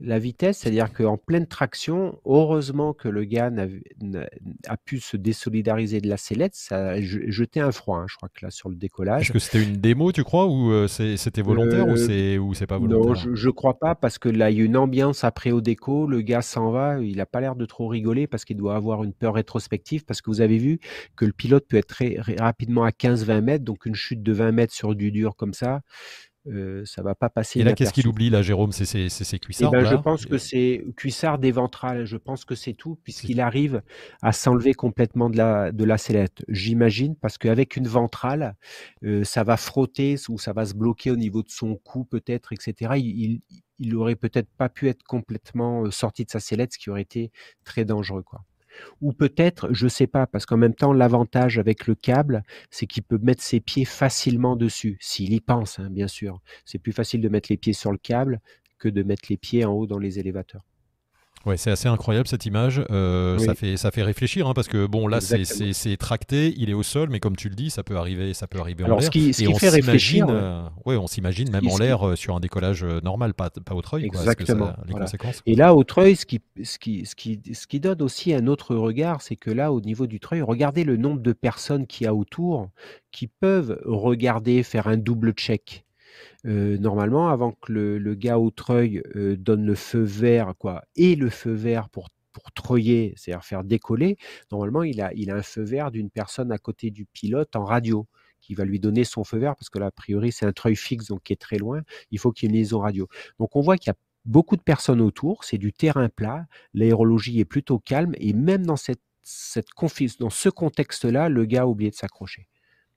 La vitesse, c'est-à-dire qu'en pleine traction, heureusement que le gars n'a, n'a- a pu se désolidariser de la sellette, ça a je- jeté un froid, hein, je crois que là, sur le Est-ce décollage. que c'était une démo, tu crois, ou euh, c'est- c'était volontaire ou Euh, c'est ou c'est pas non, volontaire? je, je crois pas, parce que là, il y a une ambiance après au déco, le gars s'en va, il a pas l'air de trop rigoler parce qu'il doit avoir une peur rétrospective, parce que vous avez vu que le pilote peut être très, très rapidement à quinze vingt mètres, donc une chute de vingt mètres sur du dur comme ça, euh, ça va pas passer Et là, qu'est-ce qu'il inaperçu. oublie, là, Jérôme? C'est ses c'est ses Eh cuissardes, ben, je là? pense que c'est cuissard et ventral. Je pense que c'est tout, C'est puisqu'il tout. arrive à s'enlever complètement de la, de la sellette. J'imagine, parce qu'avec une ventrale, euh, ça va frotter ou ça va se bloquer au niveau de son cou, peut-être, et cetera. Il, il, il aurait peut-être pas pu être complètement euh, sorti de sa sellette, ce qui aurait été très dangereux, quoi. Ou peut-être, je sais pas, parce qu'en même temps, l'avantage avec le câble, c'est qu'il peut mettre ses pieds facilement dessus, s'il y pense, hein, bien sûr. C'est plus facile de mettre les pieds sur le câble que de mettre les pieds en haut dans les élévateurs. Ouais, c'est assez incroyable cette image. Euh, ça Oui, fait ça fait réfléchir, hein, parce que bon, là, c'est exactement. c'est c'est tracté, il est au sol, mais comme tu le dis, ça peut arriver ça peut arriver en Alors, ce l'air. qui, ce Et qui on fait réfléchir, s'imagine, ouais, euh, ouais, on s'imagine ce même qui, en ce qui, l'air euh, sur un décollage euh, normal, pas pas au treuil, quoi. Est-ce que exactement, ça les voilà. conséquences, Et quoi. là, au treuil, ce qui, ce qui, ce qui, ce qui donne aussi un autre regard, c'est que là, au niveau du treuil, regardez le nombre de personnes qu'il y a autour qui peuvent regarder, faire un double check. Euh, normalement, avant que le, le gars au treuil euh, donne le feu vert, quoi, et le feu vert pour, pour treuiller, c'est-à-dire faire décoller, normalement, il a, il a un feu vert d'une personne à côté du pilote en radio qui va lui donner son feu vert, parce que là, a priori, c'est un treuil fixe, donc qui est très loin. Il faut qu'il y ait une liaison radio. Donc, on voit qu'il y a beaucoup de personnes autour, c'est du terrain plat, l'aérologie est plutôt calme, et même dans cette, cette confi- dans ce contexte-là, le gars a oublié de s'accrocher.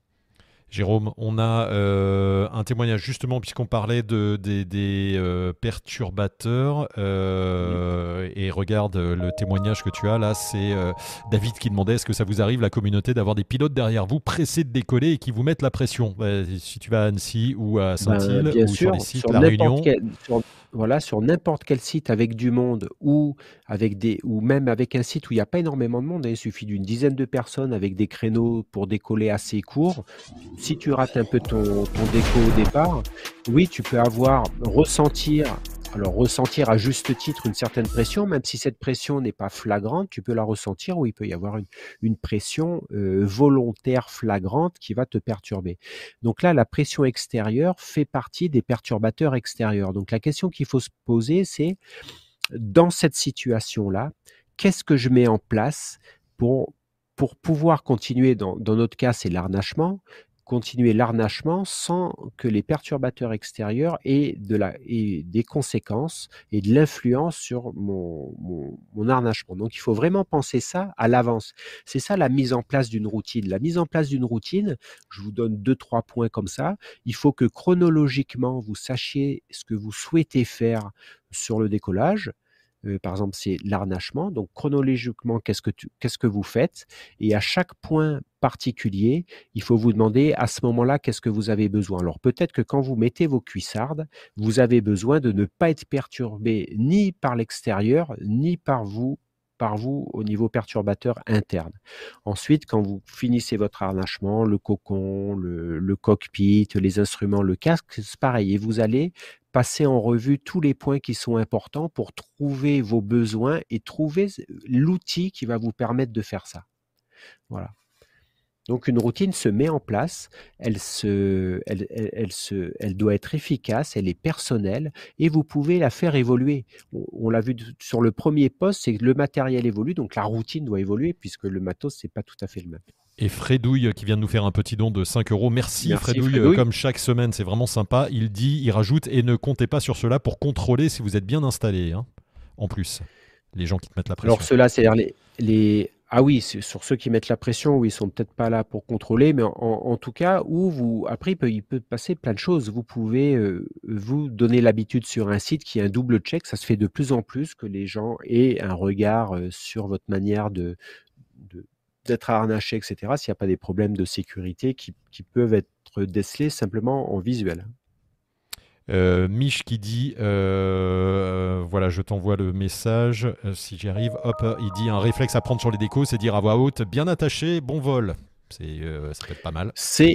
Jérôme, on a euh, un témoignage justement puisqu'on parlait de, des, des, euh, perturbateurs Oui. euh, et regarde euh, le témoignage que tu as là, c'est euh, David qui demandait est-ce que ça vous arrive la communauté d'avoir des pilotes derrière vous pressés de décoller et qui vous mettent la pression. Bah, si tu vas à Annecy ou à Ben, Saint-Île bien ou sur les sûr, sites sur La n'importe Réunion, quel sur voilà, sur n'importe quel site avec du monde ou avec des ou même avec un site où il y a pas énormément de monde, hein, il suffit d'une dizaine de personnes avec des créneaux pour décoller assez courts. Si tu rates un peu ton ton déco au départ, oui, tu peux avoir ressentir alors ressentir à juste titre une certaine pression, même si cette pression n'est pas flagrante, tu peux la ressentir, ou il peut y avoir une une pression, heu, volontaire flagrante qui va te perturber. Donc là, la pression extérieure fait partie des perturbateurs extérieurs. Donc la question qu'il faut se poser, c'est dans cette situation-là, qu'est-ce que je mets en place pour, pour pouvoir continuer, dans, dans notre cas, c'est l'harnachement, continuer l'harnachement sans que les perturbateurs extérieurs aient, de la, aient des conséquences et de l'influence sur mon, mon, mon harnachement. Donc il faut vraiment penser ça à l'avance. C'est ça la mise en place d'une routine. La mise en place d'une routine, je vous donne deux, trois points comme ça. Il faut que chronologiquement, vous sachiez ce que vous souhaitez faire sur le décollage. Euh, par exemple, c'est l'harnachement. Donc, chronologiquement, qu'est-ce que, tu, qu'est-ce que vous faites? Et à chaque point particulier, il faut vous demander à ce moment-là, qu'est-ce que vous avez besoin? Alors, peut-être que quand vous mettez vos cuissardes, vous avez besoin de ne pas être perturbé ni par l'extérieur, ni par vous par vous au niveau perturbateur interne. Ensuite, quand vous finissez votre harnachement, le cocon, le, le cockpit, les instruments, le casque, c'est pareil. Et vous allez passer en revue tous les points qui sont importants pour trouver vos besoins et trouver l'outil qui va vous permettre de faire ça. Voilà. Donc une routine se met en place, elle, se, elle, elle, elle, se, elle doit être efficace, elle est personnelle et vous pouvez la faire évoluer. On, on l'a vu de- sur le premier poste, c'est que le matériel évolue, donc la routine doit évoluer puisque le matos, c'est pas tout à fait le même. et Fredouille qui vient de nous faire un petit don de cinq euros. Merci Merci Fredouille, euh, Fredouille. comme chaque semaine, c'est vraiment sympa. Il dit, il rajoute et ne comptez pas sur cela pour contrôler si vous êtes bien installé, hein. En plus, les gens qui te mettent la Alors pression. ceux-là, c'est-à-dire les, les... Ah oui, c'est sur ceux qui mettent la pression, oui, ils sont peut-être pas là pour contrôler, mais en, en tout cas, où vous, après, il peut, il peut passer plein de choses. Vous pouvez euh, vous donner l'habitude sur un site qui a un double check. Ça se fait de plus en plus que les gens aient un regard euh, sur votre manière de, de- d'être harnaché, et cetera. S'il n'y a pas des problèmes de sécurité qui, qui peuvent être décelés simplement en visuel. Euh, Mich qui dit euh, voilà, je t'envoie le message. Euh, si j'y arrive, hop, euh, il dit un réflexe à prendre sur les décos, c'est dire à voix haute, bien attaché, bon vol. C'est, euh, ça peut être pas mal. C'est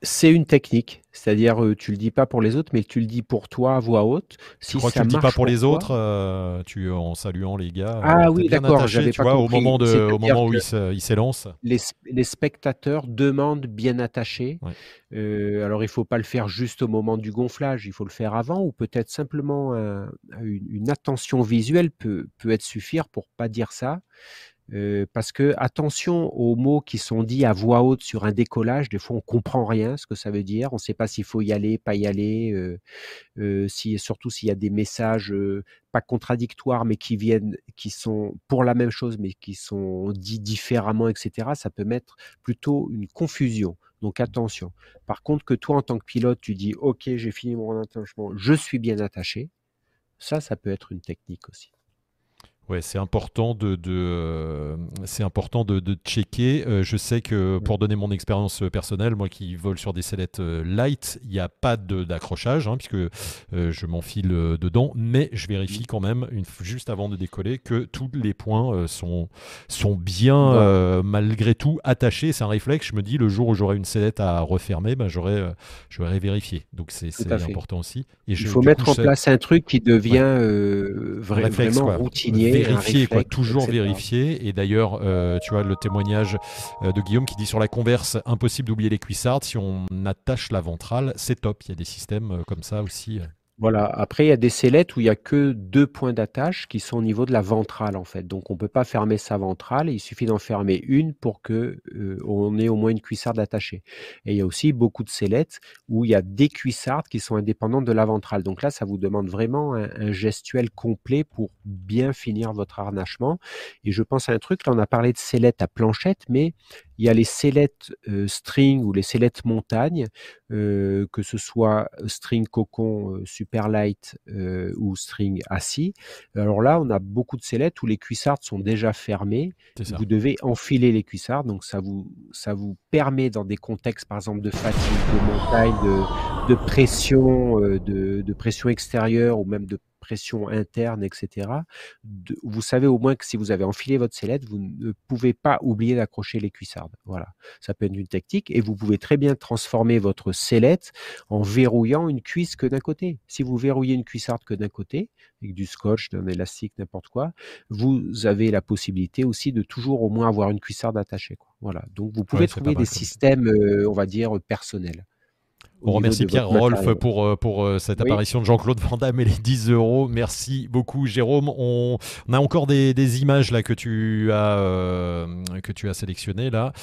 C'est une technique, c'est-à-dire, heu, tu le dis pas pour les autres, mais tu le dis pour toi à voix haute. Tu Si crois que tu ça le dis pas marche pour pour les toi autres, heu, tu en saluant les gars, heu, ah tu oui, bien d'accord, attaché, j'avais tu pas vois, au compris. moment de au C'est-à-dire moment où que ils se ils s'élancent? les sp les spectateurs demandent bien attaché. Ouais. Heu, alors il faut pas le faire juste au moment du gonflage, il faut le faire avant ou peut-être simplement un une une attention visuelle peut peut être suffire pour pas dire ça. Heu, parce que attention aux mots qui sont dits à voix haute sur un décollage, des fois on comprend rien ce que ça veut dire, on sait pas s'il faut y aller, pas y aller, heu heu, si surtout s'il y a des messages, heu, pas contradictoires, mais qui viennent qui sont pour la même chose, mais qui sont dits différemment et cetera, ça peut mettre plutôt une confusion, donc attention. Par contre que toi en tant que pilote, tu dis: «OK, j'ai fini mon attachement, je suis bien attaché», ça, ça peut être une technique aussi. Ouais, c'est important de, de, euh, c'est important de, de checker. Euh, je sais que Ouais. pour donner mon expérience euh, personnelle, moi qui vole sur des sellettes euh, light, il n'y a pas de- d'accrochage, hein, puisque euh, je m'enfile euh, dedans, mais je Mmh. vérifie quand même, une, f- juste avant de décoller, que tous les points euh, sont, sont bien, Voilà, euh, malgré tout, attachés. C'est un réflexe. Je me dis, le jour où j'aurai une sellette à refermer, ben, j'aurai euh, j'aurai vérifié. Donc c'est tout à c'est fait. important aussi. Et Il je, faut du coup, mettre je en sais. place un truc qui devient, Ouais. heu, Un vrai réflexe, vraiment quoi. routinier, un Vérifier, quoi. réflexe et Toujours cetera. vérifier. Et d'ailleurs, euh, tu vois, le témoignage euh, de Guillaume qui dit sur la converse, impossible d'oublier les cuissardes. Si on attache la ventrale, c'est top. Il y a des systèmes euh, comme ça aussi. euh. Voilà, après il y a des sellettes où il y a que deux points d'attache qui sont au niveau de la ventrale, en fait. Donc on peut pas fermer sa ventrale, il suffit d'en fermer une pour que, heu, on ait au moins une cuissarde attachée et il y a aussi beaucoup de sellettes où il y a des cuissardes qui sont indépendantes de la ventrale. Donc là, ça vous demande vraiment un un gestuel complet pour bien finir votre harnachement et je pense à un truc, là on a parlé de sellettes à planchette, mais il y a les sellettes, heu, string ou les sellettes montagne, heu, que ce soit string cocon, heu, super light, heu, ou string assis. Alors là, on a beaucoup de sellettes où les cuissardes sont déjà fermées. C'est ça. Vous devez enfiler les cuissardes, donc ça vous ça vous permet dans des contextes, par exemple, de fatigue, de montagne, de de pression, heu, de de pression extérieure ou même de pression interne et cetera. De vous savez au moins que si vous avez enfilé votre sellette, vous ne pouvez pas oublier d'accrocher les cuissardes. Voilà, ça peut être une technique et vous pouvez très bien transformer votre sellette en verrouillant une cuisse que d'un côté. Si vous verrouillez une cuissarde que d'un côté, avec du scotch, d'un élastique, n'importe quoi, vous avez la possibilité aussi de toujours au moins avoir une cuissarde attachée, quoi. Voilà, donc vous pouvez Ouais, c'est pas trouver des mal comme. systèmes, heu, on va dire, personnels au On niveau remercie de Pierre votre Rolf matériel. pour, euh, pour euh, cette Oui, apparition de Jean-Claude Van Damme et les dix euros. Merci beaucoup, Jérôme. On, on a encore des, des images là que tu as, euh, que tu as sélectionnées là.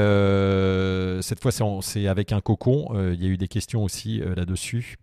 Euh, cette fois, c'est en- c'est avec un cocon. Euh, Il y a eu des questions aussi euh, là-dessus.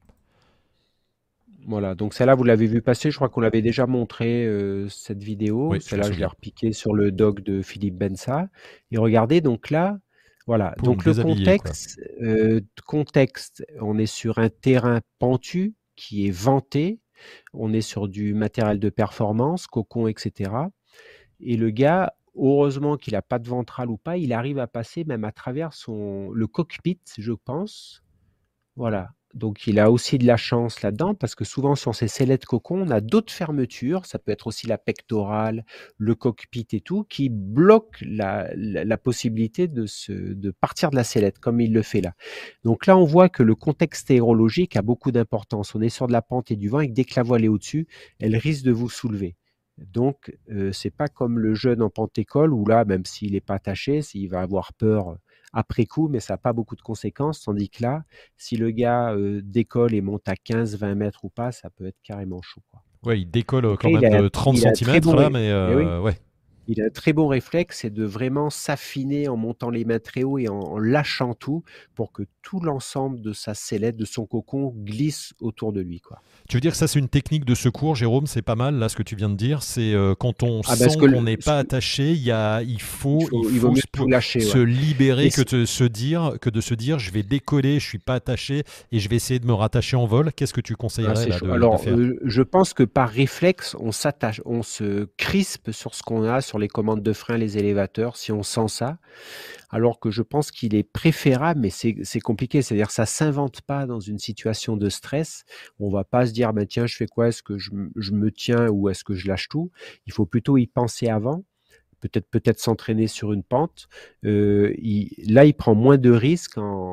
voilà, donc celle-là, vous l'avez vu passer, je crois qu'on l'avait déjà montré, heu, cette vidéo. Oui, je me Celle-là, je l'ai souviens. repiquée sur le doc de Philippe Benssa et regardez donc là, voilà, Poum, donc le déshabillé quoi. contexte, heu, contexte, on est sur un terrain pentu qui est venté, on est sur du matériel de performance, cocon et cetera et le gars, heureusement qu'il a pas de ventrale ou pas, il arrive à passer même à travers son le cockpit, je pense, voilà, donc il a aussi de la chance là-dedans parce que souvent sur ces sellettes cocon, on a d'autres fermetures, ça peut être aussi la pectorale, le cockpit et tout, qui bloquent la la la possibilité de se de partir de la sellette comme il le fait là. Donc là, on voit que le contexte aérologique a beaucoup d'importance. On est sur de la pente et du vent et que dès que la voile est au-dessus, elle risque de vous soulever. Donc heu, c'est pas comme le jeune en pente-école où là, même s'il est pas attaché, s'il va avoir peur après coup, mais ça a pas beaucoup de conséquences. Tandis que là, si le gars, heu, décolle et monte à quinze vingt mètres ou pas, ça peut être carrément chaud, quoi. Ouais, il décolle euh, Donc quand là, il même a de trente il a un très centimètres bon là, ré mais eh oui. euh, ouais. Il a un très bon réflexe, c'est de vraiment s'affiner en montant les mains très haut et en en lâchant tout pour que tout l'ensemble de sa sellette, de son cocon glisse autour de lui, quoi. Tu veux dire que ça, c'est une technique de secours, Jérôme? C'est pas mal, là, ce que tu viens de dire. C'est euh, quand on Ah bah, ce sent que qu'on le n'est ce pas que attaché, il, y a, il, il faut, il faut il vaut faut mieux se, tout po- lâcher, se ouais. Mais libérer que c de se, dire, que de se dire je vais décoller, je suis pas attaché et je vais essayer de me rattacher en vol. Qu'est-ce que tu Ah, conseillerais c'est là chaud. de, de Alors, faire? heu, je pense que par réflexe, on s'attache, on se crispe sur ce qu'on a, sur les commandes de frein, les élévateurs, si on sent ça. Alors que je pense qu'il est préférable, mais c'est c'est compliqué, c'est-à-dire ça s'invente pas dans une situation de stress. On va pas se dire: «Bah, tiens, je fais quoi? Est-ce que je me je me tiens ou est-ce que je lâche tout?» Il faut plutôt y penser avant, peut-être peut-être s'entraîner sur une pente. Heu, il là, il prend moins de risques en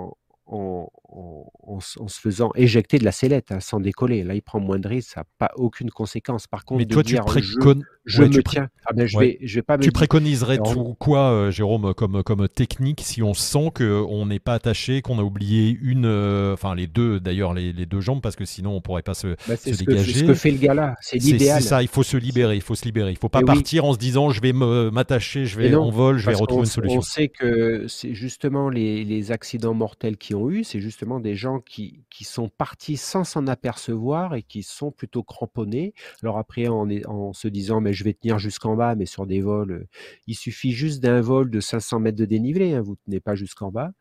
en, en, en s- en se faisant éjecter de la sellette, hein, sans décoller. Là, il prend moins de risques, ça n'a pas aucune conséquence. Par Mais contre, de toi, tu dire je, préconises... je Ouais, tu me pré- tiens, ah ben je ouais. vais, je vais pas me Tu dire. préconiserais Alors, tout quoi, euh, Jérôme, comme, comme technique si on sent qu'on n'est pas attaché, qu'on a oublié une, euh, enfin les deux d'ailleurs, les, les deux jambes, parce que sinon on pourrait pas se, bah, c'est se ce que, ce que dégager. fait le gars là, c'est C'est c'est l'idéal. ça, il faut se C'est- libérer, il faut se libérer. Il faut pas Et oui, partir en se disant je vais me- m'attacher, je et vais en non, vol, je vais parce qu'on retrouver une s- on solution. sait que c'est justement les, les accidents mortels qui ont eu, c'est justement des gens qui, qui sont partis sans s'en apercevoir et qui sont plutôt cramponnés. Alors après, en, est- en se disant, mais je vais tenir jusqu'en bas, mais sur des vols, euh, il suffit juste d'un vol de cinq cents mètres de dénivelé, hein, vous ne tenez pas jusqu'en bas.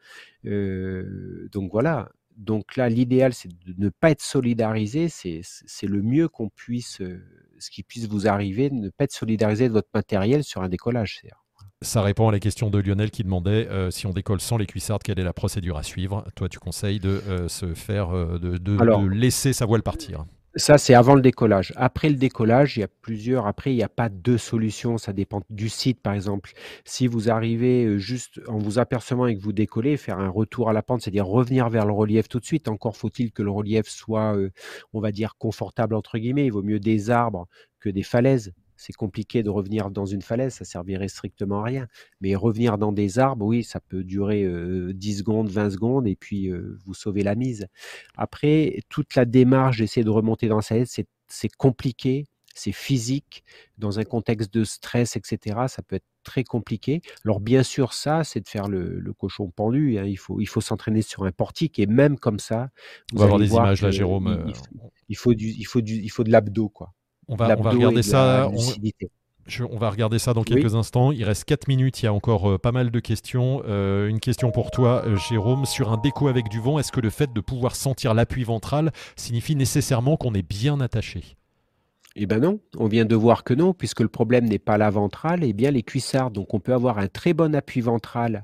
Euh, donc voilà. Donc là, l'idéal, c'est de ne pas être solidarisé. C'est c'est le mieux qu'on puisse, euh, ce qui puisse vous arriver, de ne pas être solidarisé de votre matériel sur un décollage. C'est- Ça répond à la question de Lionel qui demandait euh, si on décolle sans les cuissardes, quelle est la procédure à suivre. Toi, tu conseilles de euh, se faire, euh, de, de- de Alors, laisser sa voile partir. ça, c'est avant le décollage. Après le décollage, il y a plusieurs. Après, il n'y a pas deux solutions. Ça dépend du site, par exemple. Si vous arrivez euh, juste en vous apercevant et que vous décollez, faire un retour à la pente, c'est-à-dire revenir vers le relief tout de suite. Encore faut-il que le relief soit, euh, on va dire, confortable, entre guillemets. Il vaut mieux des arbres que des falaises. C'est compliqué de revenir dans une falaise, ça servirait strictement à rien. Mais revenir dans des arbres, oui, ça peut durer euh, dix secondes, vingt secondes, et puis euh, vous sauvez la mise. Après, toute la démarche d'essayer de remonter dans sa tête, c'est c'est compliqué, c'est physique, dans un contexte de stress, et cetera, ça peut être très compliqué. Alors bien sûr, ça, c'est de faire le, le cochon pendu, hein. Il faut, il faut s'entraîner sur un portique, et même comme ça, On va vous avoir allez des voir images que là, Jérôme. il, euh, il f- il faut du, il faut du, il faut de l'abdo, quoi. on De va, on va l'abdo et regarder de la ça. On, lucidité. je- on va regarder ça dans Oui. quelques instants. Il reste quatre minutes. Il y a encore euh, pas mal de questions. Euh, une question pour toi, euh, Jérôme. Sur un déco avec du vent, est-ce que le fait de pouvoir sentir l'appui ventral signifie nécessairement qu'on est bien attaché? Eh ben non, on vient de voir que non, puisque le problème n'est pas la ventrale, et bien les cuissards. Donc on peut avoir un très bon appui ventral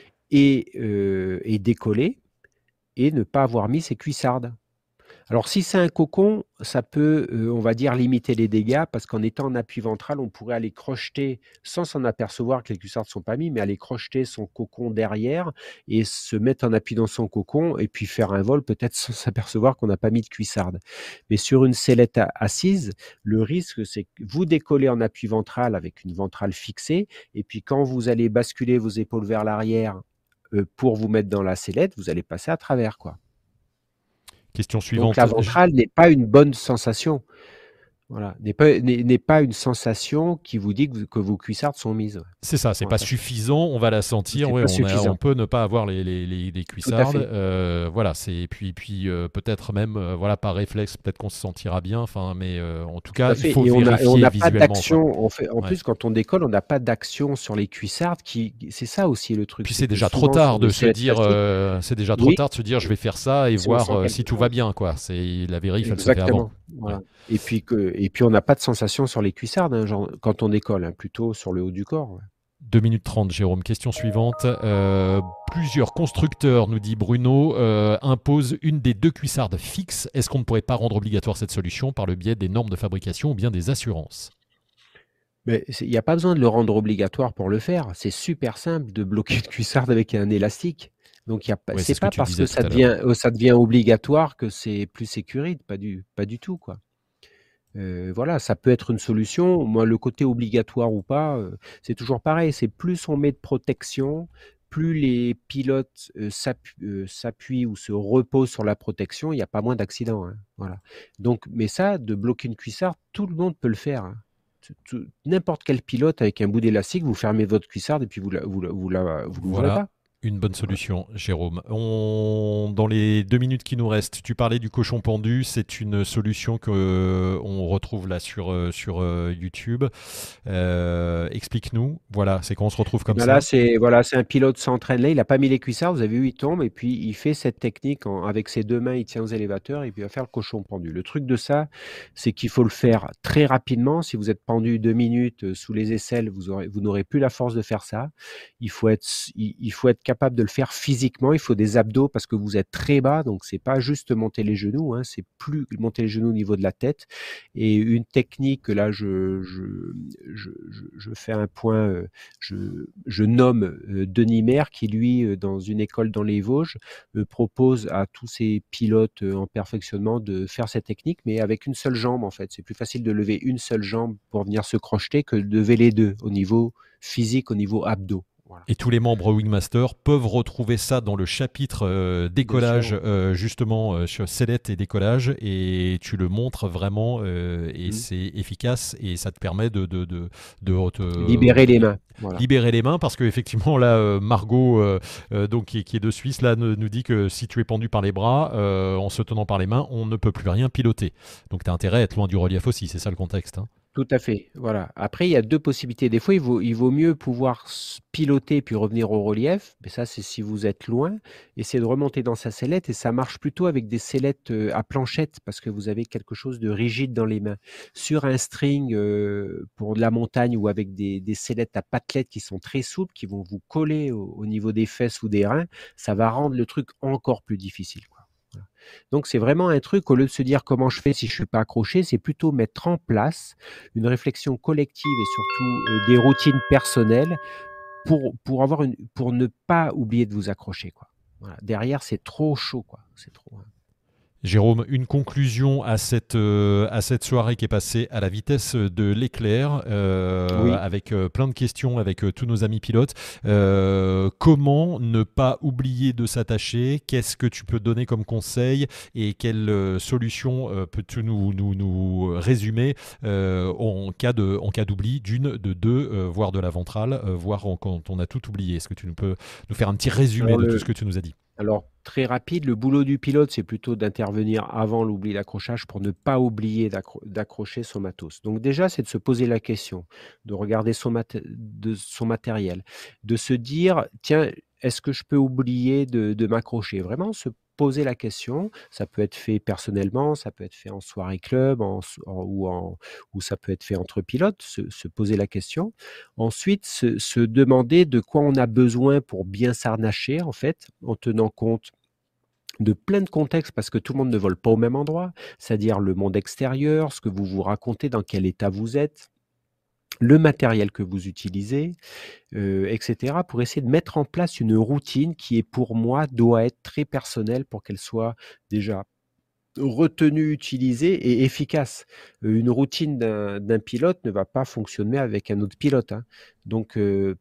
et, euh, et décoller, et ne pas avoir mis ses cuissardes. Alors si c'est un cocon, ça peut, euh, on va dire, limiter les dégâts, parce qu'en étant en appui ventral, on pourrait aller crocheter, sans s'en apercevoir que les cuissardes ne sont pas mis, mais aller crocheter son cocon derrière et se mettre en appui dans son cocon, et puis faire un vol peut-être sans s'apercevoir qu'on n'a pas mis de cuissarde. Mais sur une sellette a- assise, le risque, c'est que vous décollez en appui ventral avec une ventrale fixée, et puis quand vous allez basculer vos épaules vers l'arrière euh, pour vous mettre dans la sellette, vous allez passer à travers, quoi. Question Donc suivante. la J- ventrale n'est pas une bonne sensation. Voilà, n'est pas, n'est, n'est pas une sensation qui vous dit que, vous- que vos cuissardes sont mises. Ouais. C'est ça, c'est Voilà, pas ça, c'est suffisant, on va la sentir, c'est ouais, pas on, a, on suffisant. peut ne pas avoir les, les, les, les Tout à cuissardes, fait. euh, voilà, c'est puis puis euh, peut-être même, euh, voilà, par réflexe, peut-être qu'on se sentira bien, enfin, mais euh, en tout Tout cas, à il fait. faut Et on a, et on vérifier n'a pas visuellement, quoi. d'action. En fait, en Ouais. plus, quand on décolle, on n'a pas d'action sur les cuissardes. Qui, c'est ça aussi le truc, Puis c'est c'est que déjà trop souvent tard sur de une se sellette dire, classique, euh, c'est déjà trop oui, tard de se dire, je vais faire ça et si on voir sent euh, si quelque tout va chose. bien, quoi. C'est la vérif, elle se fait avant. Exactement. Ouais. Voilà. Et puis que, et puis on n'a pas de sensation sur les cuissardes, hein, genre, quand on décolle, hein, plutôt sur le haut du corps. Ouais. deux minutes trente, Jérôme. Question suivante. Euh, plusieurs constructeurs, nous dit Bruno, euh, imposent une des deux cuissardes fixes. Est-ce qu'on ne pourrait pas rendre obligatoire cette solution par le biais des normes de fabrication ou bien des assurances? Mais il n'y a pas besoin de le rendre obligatoire pour le faire. C'est super simple de bloquer une cuissarde avec un élastique. Donc, il y a pas, Oui, c'est c'est ce que pas tu parce que disais tout ça à l'heure. devient, euh, ça devient obligatoire que c'est plus sécurite, pas du, pas du tout, quoi. Euh, voilà, ça peut être une solution. Moi, le côté obligatoire ou pas, euh, c'est toujours pareil. C'est plus on met de protection, plus les pilotes euh, s'appu- euh, s'appuient ou se reposent sur la protection, il n'y a pas moins d'accidents, hein. Voilà. Donc, mais ça, de bloquer une cuissarde, tout le monde peut le faire, hein. Tout- tout- N'importe quel pilote avec un bout d'élastique, vous fermez votre cuissarde et puis vous la, vous la- vous la- vous l'ouvrez Voilà, pas. une bonne Voilà. solution, Jérôme. On... Dans les deux minutes qui nous restent, tu parlais du cochon pendu. C'est une solution que euh, on retrouve là sur, euh, sur euh, YouTube. Euh, explique-nous. Voilà, c'est quand on se retrouve Et comme ben là, ça. c'est voilà, c'est un pilote s'entraîne là, il n'a pas mis les cuissards, vous avez vu, il tombe et puis il fait cette technique en- avec ses deux mains, il tient aux élévateurs et puis il va faire le cochon pendu. Le truc de ça, c'est qu'il faut le faire très rapidement. Si vous êtes pendu deux minutes euh, sous les aisselles, vous aurez, vous n'aurez plus la force de faire ça. Il faut être, il, il faut être capable capable de le faire physiquement. Il faut des abdos parce que vous êtes très bas, donc c'est pas juste monter les genoux, hein, c'est plus monter les genoux au niveau de la tête. Et une technique, là, je, je, je, je, je fais un point, euh, je, je nomme euh, Denis Maire, qui lui, euh, dans une école dans les Vosges, euh, propose à tous ses pilotes euh, en perfectionnement de faire cette technique, mais avec une seule jambe, en fait. C'est plus facile de lever une seule jambe pour venir se crocheter que de lever les deux au niveau physique, au niveau abdos. Voilà. Et tous les membres Wingmaster peuvent retrouver ça dans le chapitre euh, décollage, euh, justement euh, sur sellette et décollage, et tu le montres vraiment, euh, et mmh. c'est efficace, et ça te permet de, de, de, de te libérer les mains. Voilà. Libérer les mains, parce qu'effectivement là, euh, Margot, euh, euh, donc, qui, qui est de Suisse, là, nous, nous dit que si tu es pendu par les bras, euh, en se tenant par les mains, on ne peut plus rien piloter. Donc tu as intérêt à être loin du relief aussi, c'est ça le contexte. Hein. Tout à fait, voilà. Après, il y a deux possibilités. Des fois, il vaut, il vaut mieux pouvoir piloter puis revenir au relief. Mais ça, c'est si vous êtes loin. Essayez de remonter dans sa sellette, et ça marche plutôt avec des sellettes à planchette parce que vous avez quelque chose de rigide dans les mains. Sur un string euh, pour de la montagne, ou avec des, des sellettes à patelettes qui sont très souples, qui vont vous coller au, au niveau des fesses ou des reins, ça va rendre le truc encore plus difficile, quoi. Donc c'est vraiment un truc, au lieu de se dire comment je fais si je ne suis pas accroché, c'est plutôt mettre en place une réflexion collective et surtout euh, des routines personnelles pour, pour, avoir une, pour ne pas oublier de vous accrocher, quoi. Voilà. Derrière, c'est trop chaud, quoi. C'est trop... Hein. Jérôme, une conclusion à cette, euh, à cette soirée qui est passée à la vitesse de l'éclair, euh, oui. avec euh, plein de questions avec euh, tous nos amis pilotes. Euh, comment ne pas oublier de s'attacher? Qu'est-ce que tu peux donner comme conseil, et quelle euh, solution euh, peux-tu nous, nous, nous résumer euh, en cas de, en cas d'oubli d'une, de deux, euh, voire de la ventrale, euh, voire en, quand on a tout oublié? Est-ce que tu nous peux nous faire un petit résumé Alors, de le... tout ce que tu nous as dit? Alors, très rapide, le boulot du pilote, c'est plutôt d'intervenir avant l'oubli d'accrochage pour ne pas oublier d'accro- d'accrocher son matos. Donc déjà, c'est de se poser la question, de regarder son, mat- de son matériel, de se dire, tiens, est-ce que je peux oublier de, de m'accrocher? Vraiment se poser la question. Ça peut être fait personnellement, ça peut être fait en soirée club, en, en, ou, en, ou ça peut être fait entre pilotes, se, se poser la question. Ensuite, se, se demander de quoi on a besoin pour bien s'harnacher, en fait, en tenant compte de plein de contextes, parce que tout le monde ne vole pas au même endroit, c'est-à-dire le monde extérieur, ce que vous vous racontez, dans quel état vous êtes, le matériel que vous utilisez, euh, et cetera, pour essayer de mettre en place une routine qui est, pour moi, doit être très personnelle pour qu'elle soit déjà retenue, utilisée et efficace. Euh, une routine d'un, d'un pilote ne va pas fonctionner avec un autre pilote. Hein. Donc, euh,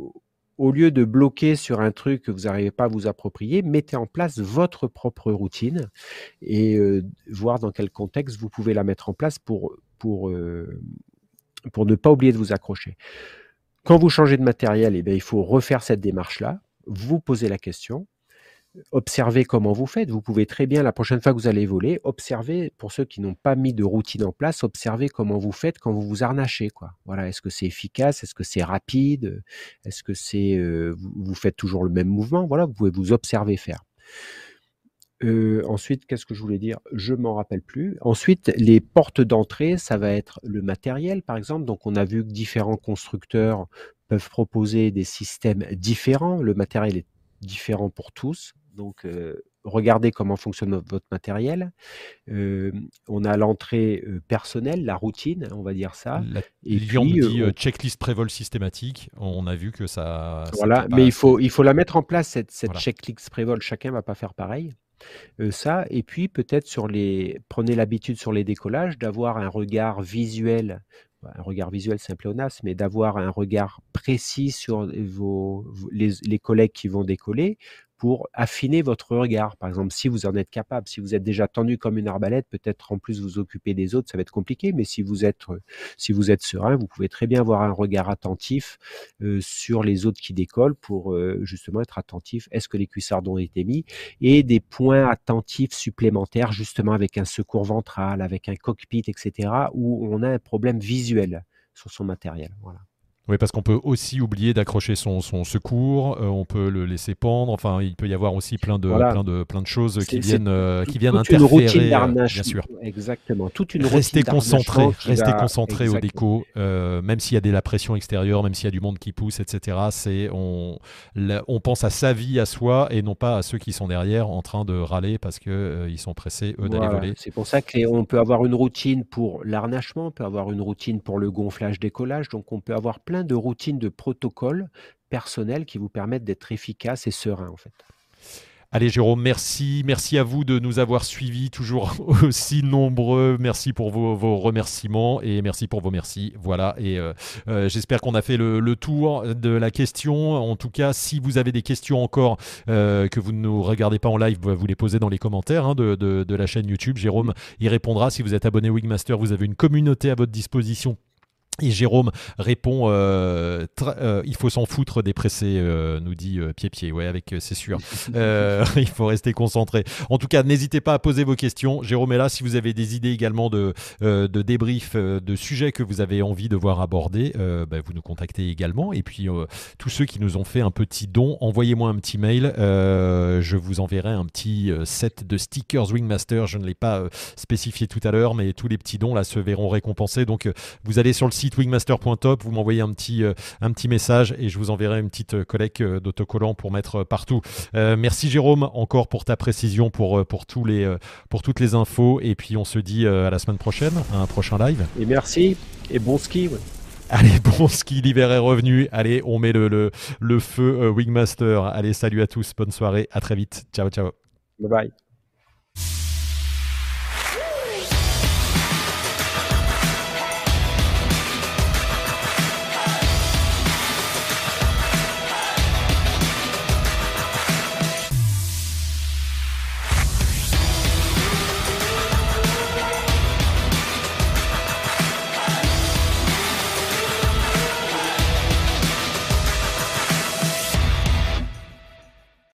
au lieu de bloquer sur un truc que vous n'arrivez pas à vous approprier, mettez en place votre propre routine, et euh, voir dans quel contexte vous pouvez la mettre en place pour... pour euh, pour ne pas oublier de vous accrocher. Quand vous changez de matériel, eh bien, il faut refaire cette démarche-là, vous poser la question, observez comment vous faites. Vous pouvez très bien, la prochaine fois que vous allez voler, observer, pour ceux qui n'ont pas mis de routine en place, observez comment vous faites quand vous vous harnachez, quoi. Voilà, est-ce que c'est efficace? Est-ce que c'est rapide? Est-ce que c'est, euh, vous, vous faites toujours le même mouvement? Voilà, vous pouvez vous observer faire. Euh, ensuite, qu'est-ce que je voulais dire? Je ne m'en rappelle plus. Ensuite, les portes d'entrée, ça va être le matériel, par exemple. Donc, on a vu que différents constructeurs peuvent proposer des systèmes différents. Le matériel est différent pour tous. Donc, euh, regardez comment fonctionne votre matériel. Euh, on a l'entrée euh, personnelle, la routine, on va dire ça. La, et Lyon puis, dit euh, euh, checklist prévol systématique. On a vu que ça... Voilà, mais il faut, il faut la mettre en place, cette, cette voilà. checklist prévol. Chacun ne va pas faire pareil. Euh, ça, et puis peut-être sur les, prenez l'habitude sur les décollages d'avoir un regard visuel, un regard visuel c'est un pléonasme, mais d'avoir un regard précis sur vos, les, les collègues qui vont décoller, pour affiner votre regard. Par exemple, si vous en êtes capable, si vous êtes déjà tendu comme une arbalète, peut-être en plus vous occuper des autres, ça va être compliqué, mais si vous êtes, si vous êtes serein, vous pouvez très bien avoir un regard attentif euh, sur les autres qui décollent, pour euh, justement être attentif, est-ce que les cuissards ont été mis, et des points attentifs supplémentaires, justement avec un secours ventral, avec un cockpit, et cetera, où on a un problème visuel sur son matériel. Voilà. Oui, parce qu'on peut aussi oublier d'accrocher son, son secours, euh, on peut le laisser pendre, enfin il peut y avoir aussi plein de, voilà. plein de, plein de choses c'est, qui viennent, euh, tout, qui viennent toute interférer, une routine d'harnachement, bien sûr. Exactement, toute une routine Restez concentré, d'harnachement qui restez va concentré au exactement. déco, euh, même s'il y a de la pression extérieure, même s'il y a du monde qui pousse, et cetera. C'est, on, la- on pense à sa vie, à soi, et non pas à ceux qui sont derrière en train de râler parce qu'ils euh, ils sont pressés, eux, d'aller Voilà, voler. c'est pour ça qu'on peut avoir une routine pour l'harnachement, on peut avoir une routine pour le gonflage-décollage, donc on peut avoir plein de routines, de protocoles personnels qui vous permettent d'être efficace et serein, en fait. Allez Jérôme, merci. Merci à vous de nous avoir suivis, toujours aussi nombreux. Merci pour vos, vos remerciements et merci pour vos merci. Voilà, et euh, euh, j'espère qu'on a fait le, le tour de la question. En tout cas, si vous avez des questions encore euh, que vous ne nous regardez pas en live, vous les posez dans les commentaires hein, de, de, de la chaîne YouTube. Jérôme y répondra. Si vous êtes abonné Wingmaster, vous avez une communauté à votre disposition. Et Jérôme répond euh, euh, il faut s'en foutre des pressés, euh, nous dit euh, Pied-Pied. Ouais, avec euh, c'est sûr. Euh, il faut rester concentré. En tout cas, n'hésitez pas à poser vos questions. Jérôme est là. Si vous avez des idées également de, euh, de débriefs, euh, de sujets que vous avez envie de voir abordés, euh, bah, vous nous contactez également. Et puis, euh, tous ceux qui nous ont fait un petit don, envoyez-moi un petit mail. Euh, je vous enverrai un petit euh, set de stickers Wingmaster. Je ne l'ai pas euh, spécifié tout à l'heure, mais tous les petits dons là se verront récompensés. Donc, euh, vous allez sur le site wingmaster point top, vous m'envoyez un petit, euh, un petit message et je vous enverrai une petite collecte euh, d'autocollants pour mettre euh, partout. Euh, merci Jérôme encore pour ta précision, pour, euh, pour, tous les, euh, pour toutes les infos et puis on se dit euh, à la semaine prochaine, à un prochain live. Et merci et bon ski. Ouais. Allez, bon ski, l'hiver est revenu. Allez, on met le, le, le feu euh, Wingmaster. Allez, salut à tous, bonne soirée, à très vite. Ciao, ciao. Bye bye.